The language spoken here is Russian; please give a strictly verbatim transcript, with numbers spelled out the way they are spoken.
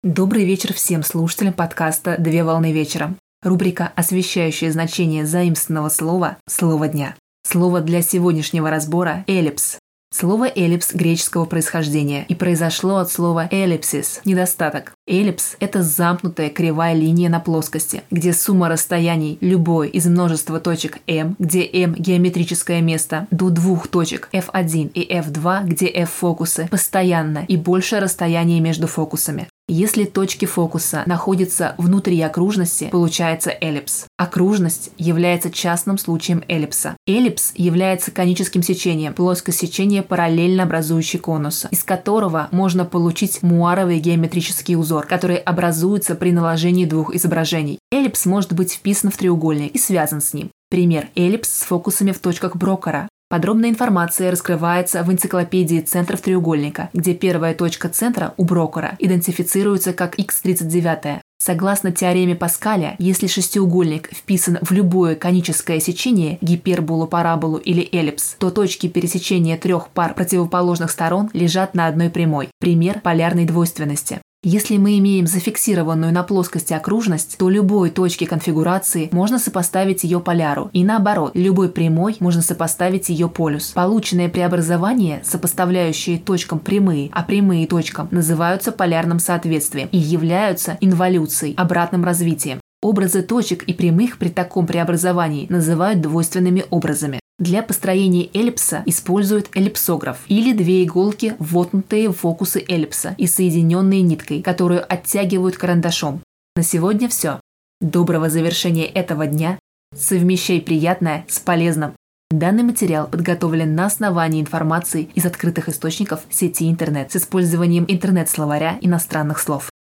Добрый вечер всем слушателям подкаста «Две волны вечера». Рубрика, освещающая значение заимственного слова «Слово дня». Слово для сегодняшнего разбора – «эллипс». Слово «эллипс» греческого происхождения и произошло от слова «эллипсис» – недостаток. Эллипс – это замкнутая кривая линия на плоскости, где сумма расстояний любой из множества точек M, где M – геометрическое место, до двух точек эф один и эф два, где F – фокусы, постоянно и большее расстояние между фокусами. Если точки фокуса находятся внутри окружности, получается эллипс. Окружность является частным случаем эллипса. Эллипс является коническим сечением, плоскость сечения, параллельно образующей конуса, из которого можно получить муаровый геометрический узор, который образуется при наложении двух изображений. Эллипс может быть вписан в треугольник и связан с ним. Пример – эллипс с фокусами в точках Брокера. Подробная информация раскрывается в энциклопедии центров треугольника, где первая точка центра у Брокера идентифицируется как икс тридцать девять. Согласно теореме Паскаля, если шестиугольник вписан в любое коническое сечение, гиперболу, параболу или эллипс, то точки пересечения трех пар противоположных сторон лежат на одной прямой. Пример полярной двойственности. Если мы имеем зафиксированную на плоскости окружность, то любой точке конфигурации можно сопоставить ее поляру, и наоборот, любой прямой можно сопоставить ее полюс. Полученные преобразования, сопоставляющие точкам прямые, а прямые точкам, называются полярным соответствием и являются инволюцией, обратным развитием. Образы точек и прямых при таком преобразовании называют двойственными образами. Для построения эллипса используют эллипсограф или две иголки, воткнутые в фокусы эллипса и соединенные ниткой, которую оттягивают карандашом. На сегодня все. Доброго завершения этого дня. Совмещай приятное с полезным. Данный материал подготовлен на основании информации из открытых источников сети интернет с использованием интернет-словаря иностранных слов.